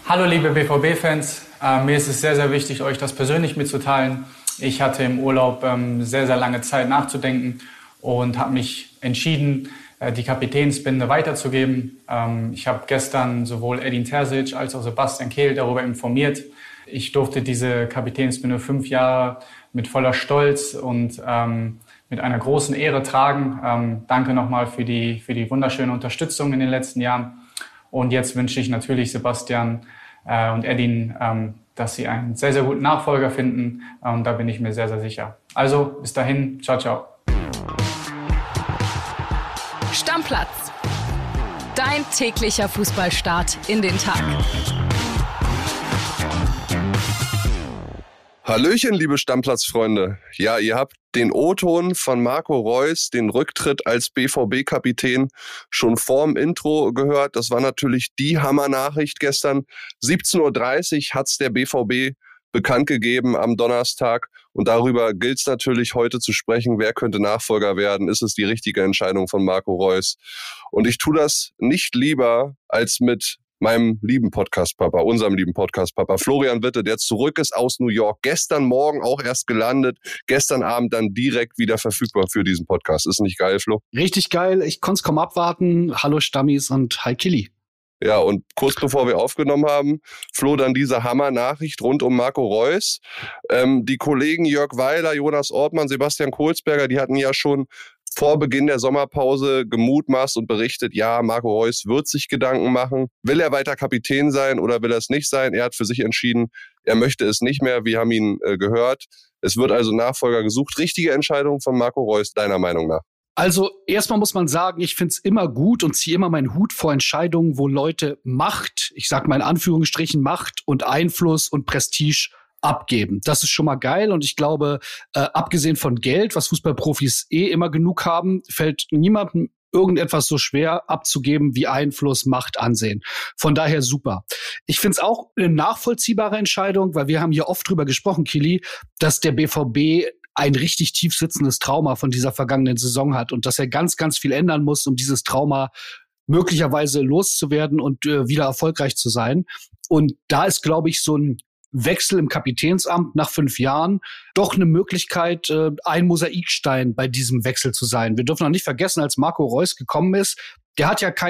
Hallo liebe BVB-Fans, mir ist es sehr, sehr wichtig, euch das persönlich mitzuteilen. Ich hatte im Urlaub sehr, sehr lange Zeit nachzudenken und habe mich entschieden, die Kapitänsbinde weiterzugeben. Ich habe gestern sowohl Edin Terzic als auch Sebastian Kehl darüber informiert. Ich durfte diese Kapitänsbinde 5 Jahre mit voller Stolz und mit einer großen Ehre tragen. Danke nochmal für die wunderschöne Unterstützung in den letzten Jahren. Und jetzt wünsche ich natürlich Sebastian und Edin, dass sie einen sehr, sehr guten Nachfolger finden. Da bin ich mir sehr, sehr sicher. Also bis dahin, ciao, ciao. Stammplatz. Dein täglicher Fußballstart in den Tag. Hallöchen, liebe Stammplatzfreunde. Ja, ihr habt den O-Ton von Marco Reus, den Rücktritt als BVB-Kapitän, schon vorm Intro gehört. Das war natürlich die Hammernachricht gestern. 17:30 Uhr hat's der BVB bekannt gegeben am Donnerstag. Und darüber gilt es natürlich heute zu sprechen. Wer könnte Nachfolger werden? Ist es die richtige Entscheidung von Marco Reus? Und ich tue das nicht lieber als mit meinem lieben Podcast-Papa, unserem lieben Podcast-Papa, Florian Witte, der zurück ist aus New York, gestern Morgen auch erst gelandet, gestern Abend dann direkt wieder verfügbar für diesen Podcast. Ist nicht geil, Flo? Richtig geil, ich konnte es kaum abwarten. Hallo Stammis und hi Killy. Ja, und kurz bevor wir aufgenommen haben, Flo, dann diese Hammer-Nachricht rund um Marco Reus. Die Kollegen Jörg Weiler, Jonas Ortmann, Sebastian Kohlsberger, die hatten ja schon vor Beginn der Sommerpause gemutmaßt und berichtet, ja, Marco Reus wird sich Gedanken machen. Will er weiter Kapitän sein oder will er es nicht sein? Er hat für sich entschieden, er möchte es nicht mehr. Wir haben ihn gehört. Es wird also Nachfolger gesucht. Richtige Entscheidung von Marco Reus, deiner Meinung nach? Also erstmal muss man sagen, ich find's immer gut und ziehe immer meinen Hut vor Entscheidungen, wo Leute Macht, ich sag mal in Anführungsstrichen Macht und Einfluss und Prestige abgeben. Das ist schon mal geil und ich glaube, abgesehen von Geld, was Fußballprofis immer genug haben, fällt niemandem irgendetwas so schwer abzugeben wie Einfluss, Macht, Ansehen. Von daher super. Ich find's auch eine nachvollziehbare Entscheidung, weil wir haben hier oft drüber gesprochen, Kili, dass der BVB ein richtig tief sitzendes Trauma von dieser vergangenen Saison hat und dass er ganz, ganz viel ändern muss, um dieses Trauma möglicherweise loszuwerden und wieder erfolgreich zu sein. Und da ist, glaube ich, so ein Wechsel im Kapitänsamt nach 5 Jahren doch eine Möglichkeit, ein Mosaikstein bei diesem Wechsel zu sein. Wir dürfen noch nicht vergessen, als Marco Reus gekommen ist, der hat ja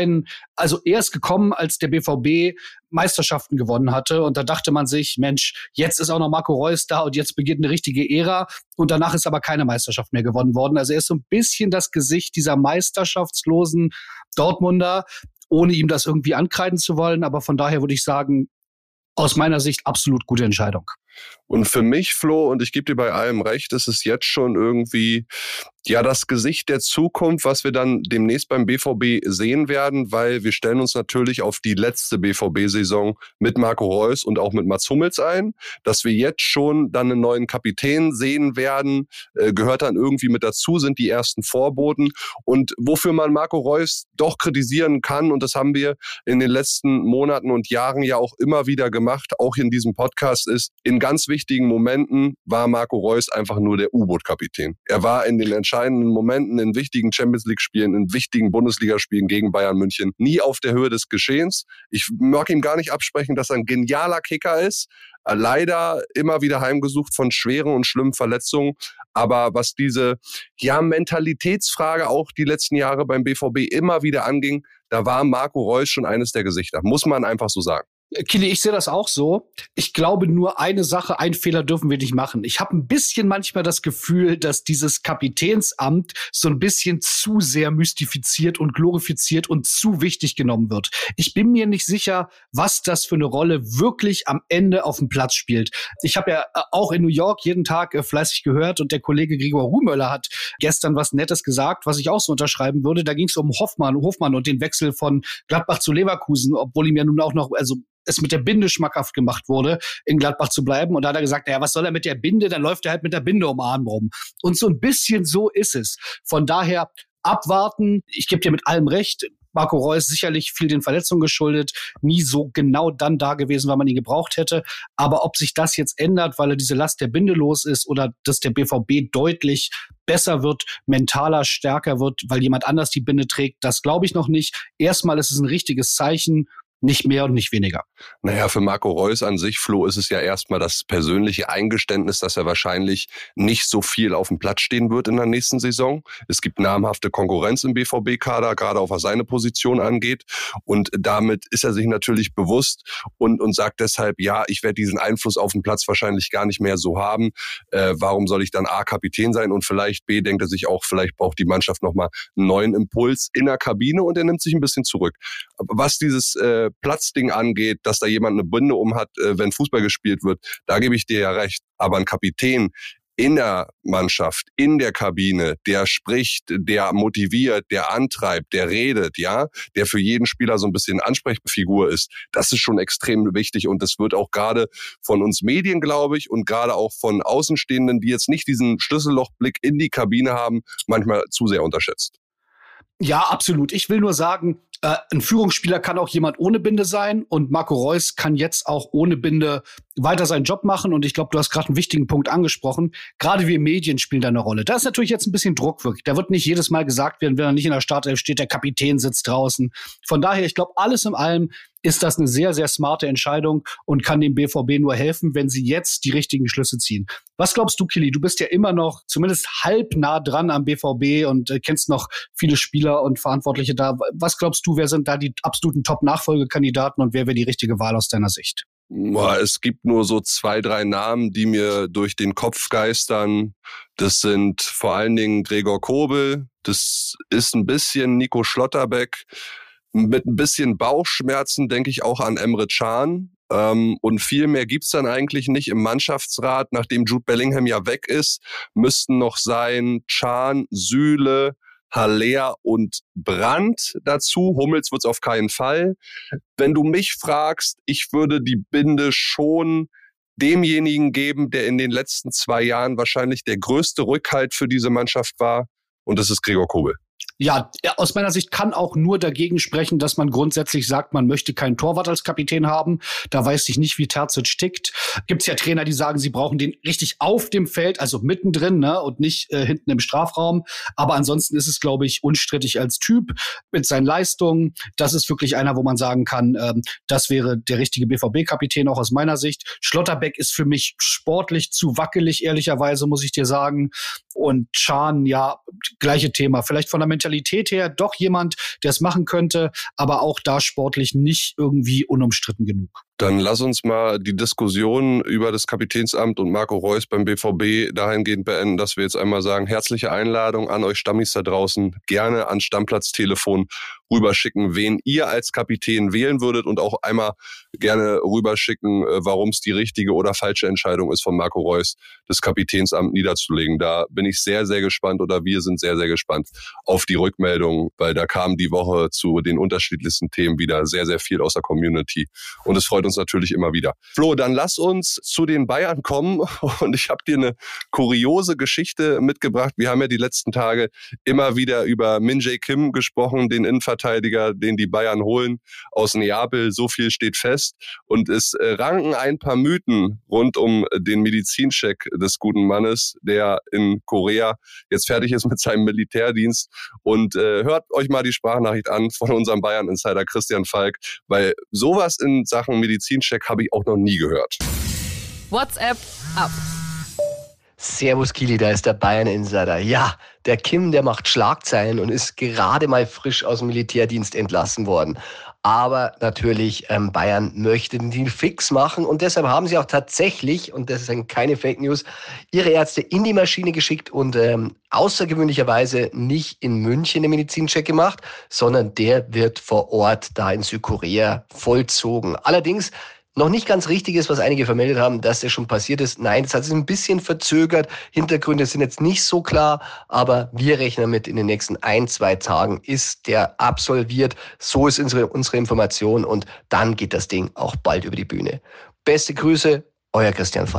er ist gekommen, als der BVB Meisterschaften gewonnen hatte. Und da dachte man sich, Mensch, jetzt ist auch noch Marco Reus da und jetzt beginnt eine richtige Ära. Und danach ist aber keine Meisterschaft mehr gewonnen worden. Also er ist so ein bisschen das Gesicht dieser meisterschaftslosen Dortmunder, ohne ihm das irgendwie ankreiden zu wollen. Aber von daher würde ich sagen, aus meiner Sicht absolut gute Entscheidung. Und für mich, Flo, und ich gebe dir bei allem recht, ist es jetzt schon irgendwie das Gesicht der Zukunft, was wir dann demnächst beim BVB sehen werden, weil wir stellen uns natürlich auf die letzte BVB-Saison mit Marco Reus und auch mit Mats Hummels ein. Dass wir jetzt schon dann einen neuen Kapitän sehen werden, gehört dann irgendwie mit dazu, sind die ersten Vorboten. Und wofür man Marco Reus doch kritisieren kann, und das haben wir in den letzten Monaten und Jahren ja auch immer wieder gemacht, auch in diesem Podcast, ist, in ganz wichtigen Momenten war Marco Reus einfach nur der U-Boot-Kapitän. Er war in den entscheidenden Momenten, in wichtigen Champions-League-Spielen, in wichtigen Bundesligaspielen gegen Bayern München nie auf der Höhe des Geschehens. Ich mag ihm gar nicht absprechen, dass er ein genialer Kicker ist. Leider immer wieder heimgesucht von schweren und schlimmen Verletzungen. Aber was diese Mentalitätsfrage auch die letzten Jahre beim BVB immer wieder anging, da war Marco Reus schon eines der Gesichter. Muss man einfach so sagen. Kili, ich sehe das auch so. Ich glaube nur eine Sache, einen Fehler dürfen wir nicht machen. Ich habe ein bisschen manchmal das Gefühl, dass dieses Kapitänsamt so ein bisschen zu sehr mystifiziert und glorifiziert und zu wichtig genommen wird. Ich bin mir nicht sicher, was das für eine Rolle wirklich am Ende auf dem Platz spielt. Ich habe ja auch in New York jeden Tag fleißig gehört und der Kollege Gregor Ruhmöller hat gestern was Nettes gesagt, was ich auch so unterschreiben würde. Da ging es um Hofmann und den Wechsel von Gladbach zu Leverkusen, obwohl ihm ja nun auch noch, es mit der Binde schmackhaft gemacht wurde, in Gladbach zu bleiben. Und da hat er gesagt, was soll er mit der Binde? Dann läuft er halt mit der Binde um den Arm rum. Und so ein bisschen so ist es. Von daher abwarten. Ich gebe dir mit allem recht. Marco Reus sicherlich viel den Verletzungen geschuldet. Nie so genau dann da gewesen, weil man ihn gebraucht hätte. Aber ob sich das jetzt ändert, weil er diese Last der Binde los ist oder dass der BVB deutlich besser wird, mentaler, stärker wird, weil jemand anders die Binde trägt, das glaube ich noch nicht. Erstmal ist es ein richtiges Zeichen. Nicht mehr und nicht weniger. Naja, für Marco Reus an sich, Flo, ist es ja erstmal das persönliche Eingeständnis, dass er wahrscheinlich nicht so viel auf dem Platz stehen wird in der nächsten Saison. Es gibt namhafte Konkurrenz im BVB-Kader, gerade auch was seine Position angeht. Und damit ist er sich natürlich bewusst und sagt deshalb, ja, ich werde diesen Einfluss auf den Platz wahrscheinlich gar nicht mehr so haben. Warum soll ich dann A, Kapitän sein und vielleicht B, denkt er sich auch, vielleicht braucht die Mannschaft nochmal einen neuen Impuls in der Kabine und er nimmt sich ein bisschen zurück. Aber was dieses Platzding angeht, dass da jemand eine Binde hat, wenn Fußball gespielt wird, da gebe ich dir ja recht. Aber ein Kapitän in der Mannschaft, in der Kabine, der spricht, der motiviert, der antreibt, der redet, ja, der für jeden Spieler so ein bisschen Ansprechfigur ist, das ist schon extrem wichtig und das wird auch gerade von uns Medien, glaube ich, und gerade auch von Außenstehenden, die jetzt nicht diesen Schlüssellochblick in die Kabine haben, manchmal zu sehr unterschätzt. Ja, absolut. Ich will nur sagen, ein Führungsspieler kann auch jemand ohne Binde sein und Marco Reus kann jetzt auch ohne Binde weiter seinen Job machen und ich glaube, du hast gerade einen wichtigen Punkt angesprochen. Gerade wir Medien spielen da eine Rolle. Da ist natürlich jetzt ein bisschen Druck wirklich. Da wird nicht jedes Mal gesagt werden, wenn er nicht in der Startelf steht, der Kapitän sitzt draußen. Von daher, ich glaube, alles in allem ist das eine sehr, sehr smarte Entscheidung und kann dem BVB nur helfen, wenn sie jetzt die richtigen Schlüsse ziehen. Was glaubst du, Kili? Du bist ja immer noch zumindest halb nah dran am BVB und kennst noch viele Spieler und Verantwortliche da. Was glaubst du, wer sind da die absoluten Top-Nachfolgekandidaten und wer wäre die richtige Wahl aus deiner Sicht? Es gibt nur so 2, 3 Namen, die mir durch den Kopf geistern. Das sind vor allen Dingen Gregor Kobel, das ist ein bisschen Nico Schlotterbeck. Mit ein bisschen Bauchschmerzen denke ich auch an Emre Can. Und viel mehr gibt's dann eigentlich nicht im Mannschaftsrat. Nachdem Jude Bellingham ja weg ist, müssten noch sein Can, Süle, Haller und Brandt dazu. Hummels wird's auf keinen Fall. Wenn du mich fragst, ich würde die Binde schon demjenigen geben, der in den letzten 2 Jahren wahrscheinlich der größte Rückhalt für diese Mannschaft war. Und das ist Gregor Kobel. Ja, aus meiner Sicht kann auch nur dagegen sprechen, dass man grundsätzlich sagt, man möchte keinen Torwart als Kapitän haben. Da weiß ich nicht, wie Terzic tickt. Gibt's ja Trainer, die sagen, sie brauchen den richtig auf dem Feld, also mittendrin, ne, und nicht hinten im Strafraum. Aber ansonsten ist es, glaube ich, unstrittig als Typ mit seinen Leistungen. Das ist wirklich einer, wo man sagen kann, das wäre der richtige BVB-Kapitän, auch aus meiner Sicht. Schlotterbeck ist für mich sportlich zu wackelig, ehrlicherweise, muss ich dir sagen. Und Can, ja, gleiche Thema. Vielleicht von der Mentalität her doch jemand, der es machen könnte, aber auch da sportlich nicht irgendwie unumstritten genug. Dann lass uns mal die Diskussion über das Kapitänsamt und Marco Reus beim BVB dahingehend beenden, dass wir jetzt einmal sagen, herzliche Einladung an euch Stammis da draußen, gerne an Stammplatztelefon rüberschicken, wen ihr als Kapitän wählen würdet und auch einmal gerne rüberschicken, warum es die richtige oder falsche Entscheidung ist von Marco Reus, das Kapitänsamt niederzulegen. Da bin ich sehr, sehr gespannt oder wir sind sehr, sehr gespannt auf die Rückmeldung, weil da kam die Woche zu den unterschiedlichsten Themen wieder sehr, sehr viel aus der Community und es freut uns natürlich immer wieder. Flo, dann lass uns zu den Bayern kommen und ich habe dir eine kuriose Geschichte mitgebracht. Wir haben ja die letzten Tage immer wieder über Min-Jae Kim gesprochen, den Innenverteidiger, den die Bayern holen aus Neapel. So viel steht fest und es ranken ein paar Mythen rund um den Medizincheck des guten Mannes, der in Korea jetzt fertig ist mit seinem Militärdienst und hört euch mal die Sprachnachricht an von unserem Bayern-Insider Christian Falk, weil sowas in Sachen Medizincheck habe ich auch noch nie gehört. WhatsApp ab. Servus Kili, da ist der Bayern-Insider. Ja, der Kim, der macht Schlagzeilen und ist gerade mal frisch aus dem Militärdienst entlassen worden. Aber natürlich, Bayern möchte den Deal fix machen und deshalb haben sie auch tatsächlich, und das ist keine Fake News, ihre Ärzte in die Maschine geschickt und außergewöhnlicherweise nicht in München den Medizincheck gemacht, sondern der wird vor Ort da in Südkorea vollzogen. Allerdings noch nicht ganz richtig ist, was einige vermeldet haben, dass das schon passiert ist. Nein, das hat sich ein bisschen verzögert. Hintergründe sind jetzt nicht so klar, aber wir rechnen mit, in den nächsten 1-2 Tagen ist der absolviert. So ist unsere Information und dann geht das Ding auch bald über die Bühne. Beste Grüße, euer Christian Falk.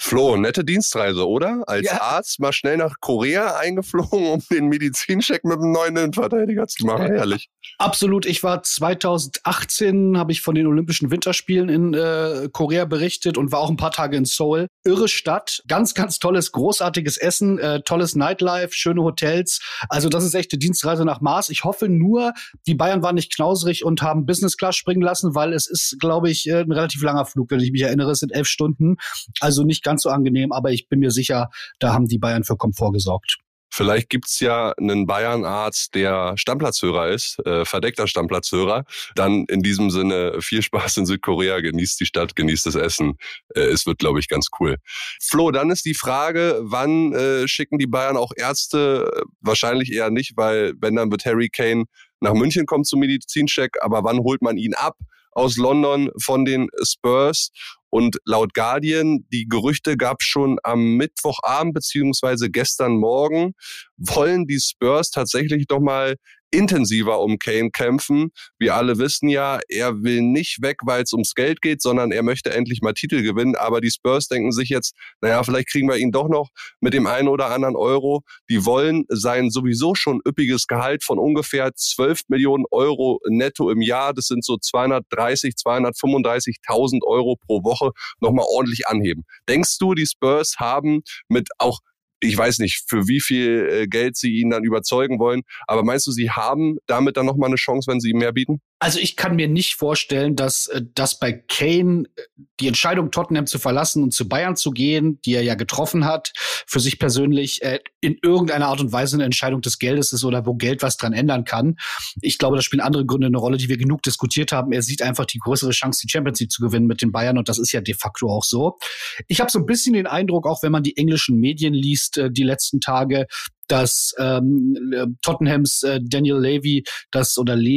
Flo, nette Dienstreise, oder? Als Arzt mal schnell nach Korea eingeflogen, um den Medizincheck mit einem neuen Innenverteidiger zu machen. Herrlich. Absolut. Ich war 2018, habe ich von den Olympischen Winterspielen in Korea berichtet und war auch ein paar Tage in Seoul. Irre Stadt, ganz, ganz tolles, großartiges Essen, tolles Nightlife, schöne Hotels. Also das ist echt eine Dienstreise nach Mars. Ich hoffe nur, die Bayern waren nicht knauserig und haben Business Class springen lassen, weil es ist, glaube ich, ein relativ langer Flug, wenn ich mich erinnere. Es sind 11 Stunden. Also nicht ganz so angenehm, aber ich bin mir sicher, da haben die Bayern für Komfort gesorgt. Vielleicht gibt's ja einen Bayern-Arzt, der Stammplatzhörer ist, verdeckter Stammplatzhörer. Dann in diesem Sinne viel Spaß in Südkorea, genießt die Stadt, genießt das Essen. Es wird, glaube ich, ganz cool. Flo, dann ist die Frage, wann schicken die Bayern auch Ärzte? Wahrscheinlich eher nicht, weil wenn, dann wird Harry Kane nach München kommen zum Medizincheck. Aber wann holt man ihn ab aus London von den Spurs? Und laut Guardian, die Gerüchte gab es schon am Mittwochabend beziehungsweise gestern Morgen, wollen die Spurs tatsächlich doch mal intensiver um Kane kämpfen. Wir alle wissen ja, er will nicht weg, weil es ums Geld geht, sondern er möchte endlich mal Titel gewinnen. Aber die Spurs denken sich jetzt, naja, vielleicht kriegen wir ihn doch noch mit dem einen oder anderen Euro. Die wollen sein sowieso schon üppiges Gehalt von ungefähr 12 Millionen Euro netto im Jahr, das sind so 235.000 Euro pro Woche, nochmal ordentlich anheben. Denkst du, die Spurs haben mit auch, ich weiß nicht, für wie viel Geld sie ihn dann überzeugen wollen, aber meinst du, sie haben damit dann nochmal eine Chance, wenn sie ihm mehr bieten? Also ich kann mir nicht vorstellen, dass bei Kane die Entscheidung, Tottenham zu verlassen und zu Bayern zu gehen, die er ja getroffen hat, für sich persönlich in irgendeiner Art und Weise eine Entscheidung des Geldes ist oder wo Geld was dran ändern kann. Ich glaube, da spielen andere Gründe eine Rolle, die wir genug diskutiert haben. Er sieht einfach die größere Chance, die Champions League zu gewinnen mit den Bayern und das ist ja de facto auch so. Ich habe so ein bisschen den Eindruck, auch wenn man die englischen Medien liest, die letzten Tage, dass Tottenhams Daniel Levy das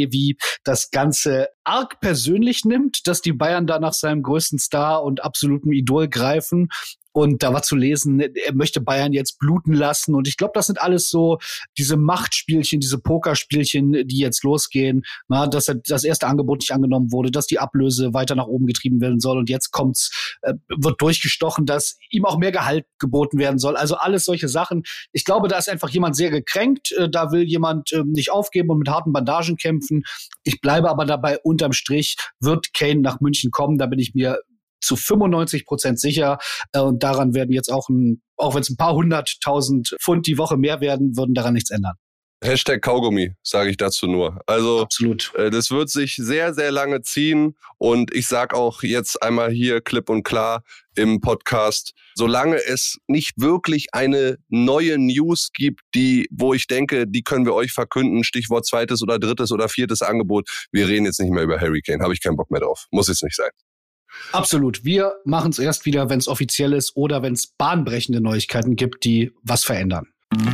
Ganze arg persönlich nimmt, dass die Bayern da nach seinem größten Star und absoluten Idol greifen. Und da war zu lesen, er möchte Bayern jetzt bluten lassen. Und ich glaube, das sind alles so diese Machtspielchen, diese Pokerspielchen, die jetzt losgehen. Na, dass das erste Angebot nicht angenommen wurde, dass die Ablöse weiter nach oben getrieben werden soll. Und jetzt wird durchgestochen, dass ihm auch mehr Gehalt geboten werden soll. Also alles solche Sachen. Ich glaube, da ist einfach jemand sehr gekränkt. Da will jemand nicht aufgeben und mit harten Bandagen kämpfen. Ich bleibe aber dabei, unterm Strich wird Kane nach München kommen. Da bin ich mir zu 95% sicher. Und daran werden jetzt auch wenn es ein paar 100.000 Pfund die Woche mehr werden, würden daran nichts ändern. Hashtag Kaugummi, sage ich dazu nur. Also absolut. Das wird sich sehr, sehr lange ziehen. Und ich sage auch jetzt einmal hier klipp und klar im Podcast, solange es nicht wirklich eine neue News gibt, wo ich denke, die können wir euch verkünden, Stichwort 2. oder 3. oder 4. Angebot, wir reden jetzt nicht mehr über Harry Kane, habe ich keinen Bock mehr drauf. Muss jetzt nicht sein. Absolut. Wir machen es erst wieder, wenn es offiziell ist oder wenn es bahnbrechende Neuigkeiten gibt, die was verändern.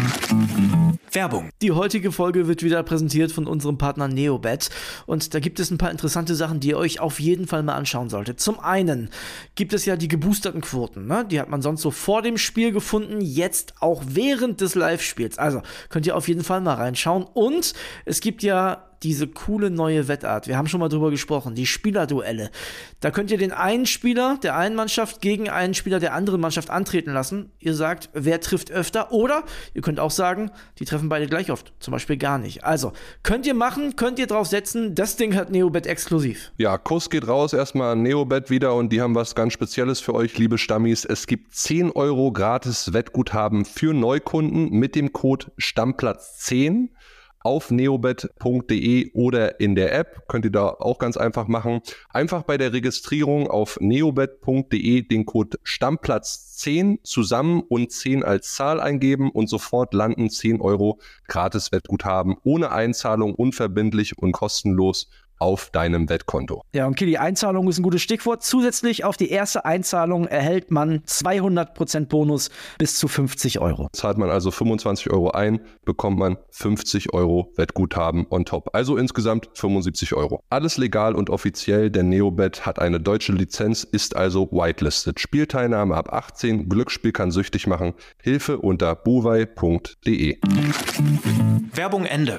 Werbung. Die heutige Folge wird wieder präsentiert von unserem Partner Neobet und da gibt es ein paar interessante Sachen, die ihr euch auf jeden Fall mal anschauen solltet. Zum einen gibt es ja die geboosterten Quoten, ne? Die hat man sonst so vor dem Spiel gefunden, jetzt auch während des Live-Spiels. Also könnt ihr auf jeden Fall mal reinschauen und es gibt ja diese coole neue Wettart. Wir haben schon mal drüber gesprochen, die Spielerduelle. Da könnt ihr den einen Spieler der einen Mannschaft gegen einen Spieler der anderen Mannschaft antreten lassen. Ihr sagt, wer trifft öfter oder ihr könnt auch sagen, die treffen beide gleich oft, zum Beispiel gar nicht. Also, könnt ihr machen, könnt ihr drauf setzen, das Ding hat Neobet exklusiv. Ja, Kuss geht raus erstmal an Neobet wieder und die haben was ganz Spezielles für euch, liebe Stammis. Es gibt 10 Euro gratis Wettguthaben für Neukunden mit dem Code Stammplatz10. Auf neobet.de oder in der App, könnt ihr da auch ganz einfach machen. Einfach bei der Registrierung auf neobet.de den Code Stammplatz10 zusammen und 10 als Zahl eingeben und sofort landen 10 Euro gratis Wettguthaben ohne Einzahlung, unverbindlich und kostenlos auf deinem Wettkonto. Ja, und Kili, Einzahlung ist ein gutes Stichwort. Zusätzlich auf die erste Einzahlung erhält man 200% Bonus bis zu 50 Euro. Zahlt man also 25 Euro ein, bekommt man 50 Euro Wettguthaben on top. Also insgesamt 75 Euro. Alles legal und offiziell, denn Neobet hat eine deutsche Lizenz, ist also whitelisted. Spielteilnahme ab 18, Glücksspiel kann süchtig machen. Hilfe unter buwei.de. Werbung Ende.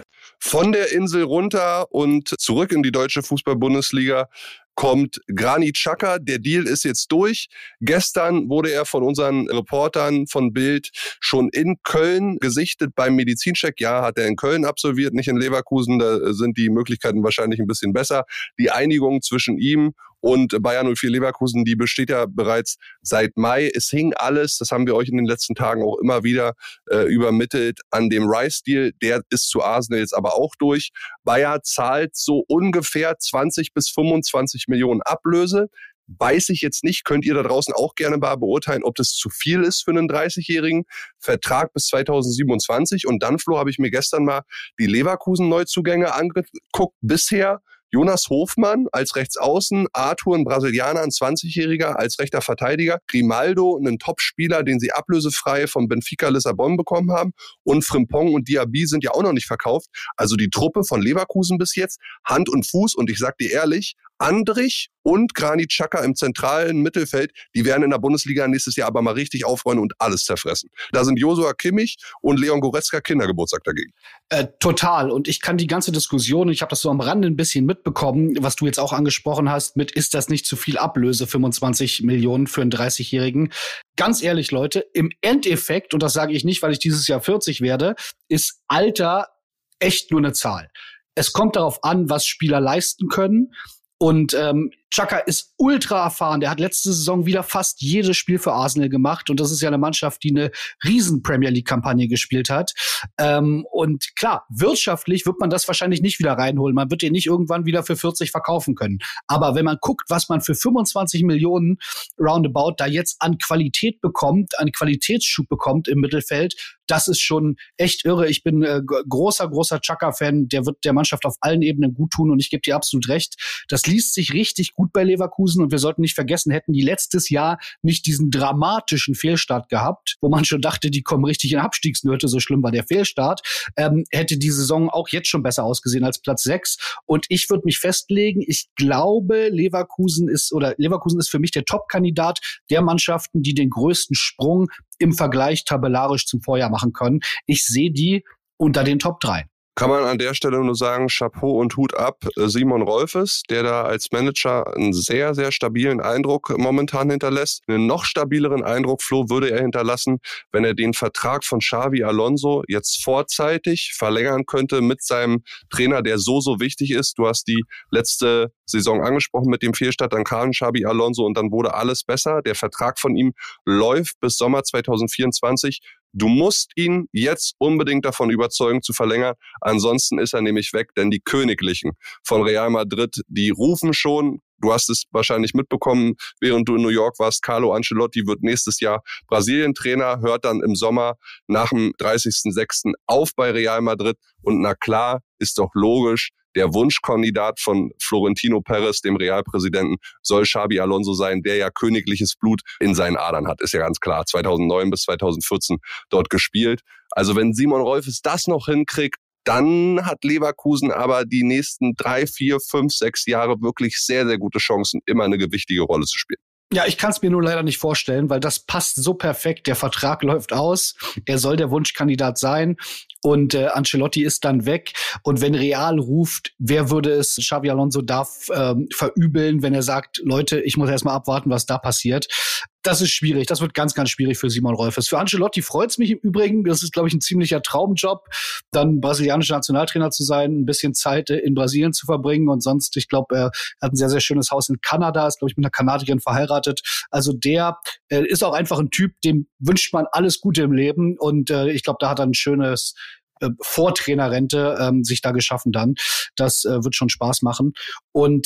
Von der Insel runter und zurück in die deutsche Fußball-Bundesliga kommt Granit Xhaka. Der Deal ist jetzt durch. Gestern wurde er von unseren Reportern von Bild schon in Köln gesichtet beim Medizincheck. Ja, hat er in Köln absolviert, nicht in Leverkusen. Da sind die Möglichkeiten wahrscheinlich ein bisschen besser. Die Einigung zwischen ihm und Bayer 04 Leverkusen, die besteht ja bereits seit Mai. Es hing alles, das haben wir euch in den letzten Tagen auch immer wieder übermittelt, an dem Rice-Deal. Der ist zu Arsenal jetzt aber auch durch. Bayer zahlt so ungefähr 20 bis 25 Millionen Ablöse. Weiß ich jetzt nicht, könnt ihr da draußen auch gerne mal beurteilen, ob das zu viel ist für einen 30-jährigen Vertrag bis 2027. Und dann, Flo, habe ich mir gestern mal die Leverkusen-Neuzugänge angeguckt. Bisher Jonas Hofmann als Rechtsaußen, Arthur, ein Brasilianer, ein 20-Jähriger als rechter Verteidiger, Grimaldo, ein Topspieler, den sie ablösefrei vom Benfica Lissabon bekommen haben, und Frimpong und Diaby sind ja auch noch nicht verkauft. Also die Truppe von Leverkusen bis jetzt, Hand und Fuß, und ich sag dir ehrlich, Andrich und Granit Xhaka im zentralen Mittelfeld, die werden in der Bundesliga nächstes Jahr aber mal richtig aufräumen und alles zerfressen. Da sind Joshua Kimmich und Leon Goretzka Kindergeburtstag dagegen. Total. Und ich kann die ganze Diskussion, ich habe das so am Rande ein bisschen mitbekommen, was du jetzt auch angesprochen hast, mit ist das nicht zu viel Ablöse, 25 Millionen für einen 30-Jährigen. Ganz ehrlich, Leute, im Endeffekt, und das sage ich nicht, weil ich dieses Jahr 40 werde, ist Alter echt nur eine Zahl. Es kommt darauf an, was Spieler leisten können. Und Xhaka ist ultra erfahren. Der hat letzte Saison wieder fast jedes Spiel für Arsenal gemacht. Und das ist ja eine Mannschaft, die eine riesen Premier League-Kampagne gespielt hat. Und klar, wirtschaftlich wird man das wahrscheinlich nicht wieder reinholen. Man wird den nicht irgendwann wieder für 40 verkaufen können. Aber wenn man guckt, was man für 25 Millionen roundabout da jetzt an Qualität bekommt, an Qualitätsschub bekommt im Mittelfeld, das ist schon echt irre. Ich bin großer Xhaka-Fan. Der wird der Mannschaft auf allen Ebenen gut tun. Und ich gebe dir absolut recht. Das liest sich richtig gut bei Leverkusen. Und wir sollten nicht vergessen, hätten die letztes Jahr nicht diesen dramatischen Fehlstart gehabt, wo man schon dachte, die kommen richtig in Abstiegsnöte, so schlimm war der Fehlstart, hätte die Saison auch jetzt schon besser ausgesehen als Platz 6. Und ich würde mich festlegen, ich glaube, Leverkusen ist für mich der Top-Kandidat der Mannschaften, die den größten Sprung im Vergleich tabellarisch zum Vorjahr machen können. Ich sehe die unter den Top 3. Kann man an der Stelle nur sagen, Chapeau und Hut ab, Simon Rolfes, der da als Manager einen sehr, sehr stabilen Eindruck momentan hinterlässt. Einen noch stabileren Eindruck, Flo, würde er hinterlassen, wenn er den Vertrag von Xabi Alonso jetzt vorzeitig verlängern könnte mit seinem Trainer, der so wichtig ist. Du hast die letzte Saison angesprochen mit dem Fehlstart, dann kam Xabi Alonso und dann wurde alles besser. Der Vertrag von ihm läuft bis Sommer 2024. Du musst ihn jetzt unbedingt davon überzeugen zu verlängern, ansonsten ist er nämlich weg, denn die Königlichen von Real Madrid, die rufen schon, du hast es wahrscheinlich mitbekommen, während du in New York warst, Carlo Ancelotti wird nächstes Jahr Brasilien-Trainer, hört dann im Sommer nach dem 30.06. auf bei Real Madrid und na klar, ist doch logisch, der Wunschkandidat von Florentino Perez, dem Realpräsidenten, soll Xabi Alonso sein, der ja königliches Blut in seinen Adern hat. Ist ja ganz klar, 2009 bis 2014 dort gespielt. Also wenn Simon Rolfes das noch hinkriegt, dann hat Leverkusen aber die nächsten 3, 4, 5, 6 Jahre wirklich sehr, sehr gute Chancen, immer eine gewichtige Rolle zu spielen. Ja, ich kann es mir nur leider nicht vorstellen, weil das passt so perfekt. Der Vertrag läuft aus. Er soll der Wunschkandidat sein. Und Ancelotti ist dann weg. Und wenn Real ruft, wer würde es Xabi Alonso verübeln, wenn er sagt, Leute, ich muss erst mal abwarten, was da passiert. Das ist schwierig. Das wird ganz, ganz schwierig für Simon Rolfes. Für Ancelotti freut's mich im Übrigen. Das ist, glaube ich, ein ziemlicher Traumjob, dann brasilianischer Nationaltrainer zu sein, ein bisschen Zeit in Brasilien zu verbringen. Und sonst, ich glaube, er hat ein sehr, sehr schönes Haus in Kanada, ist, glaube ich, mit einer Kanadierin verheiratet. Also der ist auch einfach ein Typ, dem wünscht man alles Gute im Leben. Und ich glaube, da hat er ein schönes Vortrainerrente sich da geschaffen dann. Das wird schon Spaß machen. Und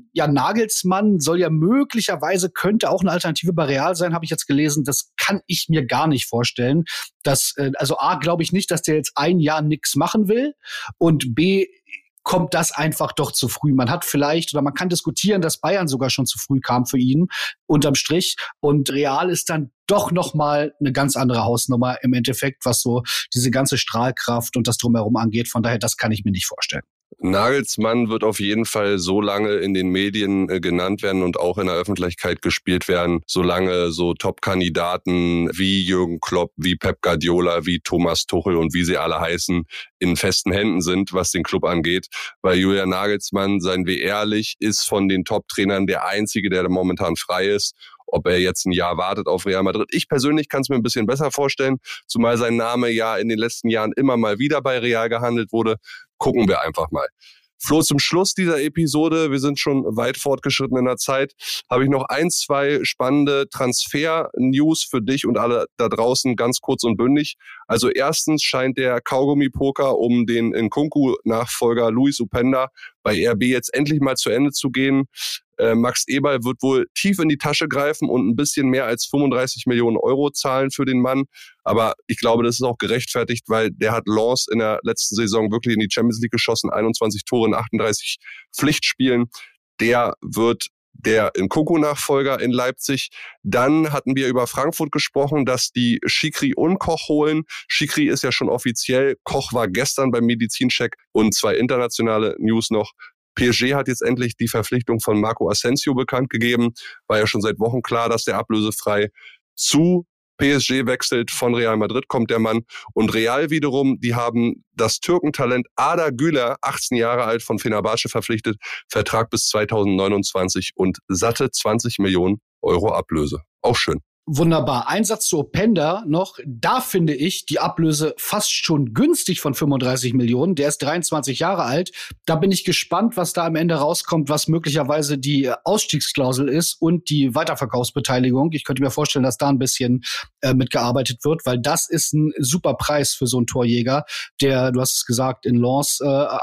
Nagelsmann soll ja möglicherweise, könnte auch eine Alternative bei Real sein, habe ich jetzt gelesen. Das kann ich mir gar nicht vorstellen. Also A, glaube ich nicht, dass der jetzt ein Jahr nichts machen will. Und B, kommt das einfach doch zu früh. Man hat vielleicht, oder man kann diskutieren, dass Bayern sogar schon zu früh kam für ihn, unterm Strich. Und Real ist dann doch nochmal eine ganz andere Hausnummer im Endeffekt, was so diese ganze Strahlkraft und das Drumherum angeht. Von daher, das kann ich mir nicht vorstellen. Nagelsmann wird auf jeden Fall so lange in den Medien genannt werden und auch in der Öffentlichkeit gespielt werden, solange so Top-Kandidaten wie Jürgen Klopp, wie Pep Guardiola, wie Thomas Tuchel und wie sie alle heißen, in festen Händen sind, was den Club angeht. Weil Julian Nagelsmann, seien wir ehrlich, ist von den Top-Trainern der Einzige, der momentan frei ist. Ob er jetzt ein Jahr wartet auf Real Madrid. Ich persönlich kann es mir ein bisschen besser vorstellen, zumal sein Name ja in den letzten Jahren immer mal wieder bei Real gehandelt wurde. Gucken wir einfach mal. Flo, zum Schluss dieser Episode, wir sind schon weit fortgeschritten in der Zeit, habe ich noch 2 spannende Transfer-News für dich und alle da draußen, ganz kurz und bündig. Also erstens scheint der Kaugummi-Poker um den Nkunku-Nachfolger Luis Openda bei RB jetzt endlich mal zu Ende zu gehen. Max Eberl wird wohl tief in die Tasche greifen und ein bisschen mehr als 35 Millionen Euro zahlen für den Mann. Aber ich glaube, das ist auch gerechtfertigt, weil der hat Lens in der letzten Saison wirklich in die Champions League geschossen, 21 Tore in 38 Pflichtspielen. Der wird der Nkunku-Nachfolger in Leipzig. Dann hatten wir über Frankfurt gesprochen, dass die Chikri und Koch holen. Chikri ist ja schon offiziell, Koch war gestern beim Medizincheck. Und 2 internationale News noch. PSG hat jetzt endlich die Verpflichtung von Marco Asensio bekannt gegeben. War ja schon seit Wochen klar, dass der ablösefrei zu PSG wechselt. Von Real Madrid kommt der Mann. Und Real wiederum, die haben das Türkentalent Arda Güler, 18 Jahre alt, von Fenerbahce verpflichtet. Vertrag bis 2029 und satte 20 Millionen Euro Ablöse. Auch schön. Wunderbar. Ein Satz zu Openda noch. Da finde ich die Ablöse fast schon günstig von 35 Millionen. Der ist 23 Jahre alt. Da bin ich gespannt, was da am Ende rauskommt, was möglicherweise die Ausstiegsklausel ist und die Weiterverkaufsbeteiligung. Ich könnte mir vorstellen, dass da ein bisschen mitgearbeitet wird, weil das ist ein super Preis für so einen Torjäger, der, du hast es gesagt, in Lens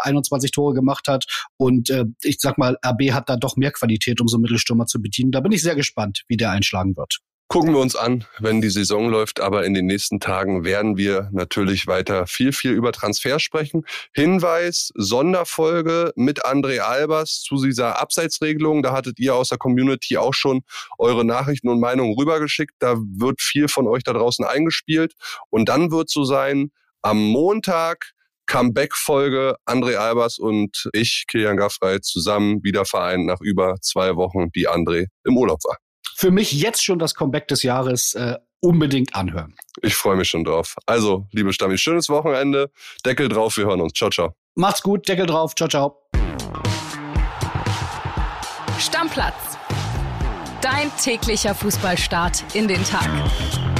21 Tore gemacht hat. Und ich sag mal, RB hat da doch mehr Qualität, um so einen Mittelstürmer zu bedienen. Da bin ich sehr gespannt, wie der einschlagen wird. Gucken wir uns an, wenn die Saison läuft. Aber in den nächsten Tagen werden wir natürlich weiter viel über Transfer sprechen. Hinweis, Sonderfolge mit André Albers zu dieser Abseitsregelung. Da hattet ihr aus der Community auch schon eure Nachrichten und Meinungen rübergeschickt. Da wird viel von euch da draußen eingespielt. Und dann wird so sein, am Montag Comeback-Folge, André Albers und ich, Kilian Gaffrey, zusammen wieder vereint nach über 2 Wochen, die André im Urlaub war. Für mich jetzt schon das Comeback des Jahres, unbedingt anhören. Ich freue mich schon drauf. Also, liebe Stammis, schönes Wochenende. Deckel drauf, wir hören uns. Ciao, ciao. Macht's gut, Deckel drauf. Ciao, ciao. Stammplatz. Dein täglicher Fußballstart in den Tag.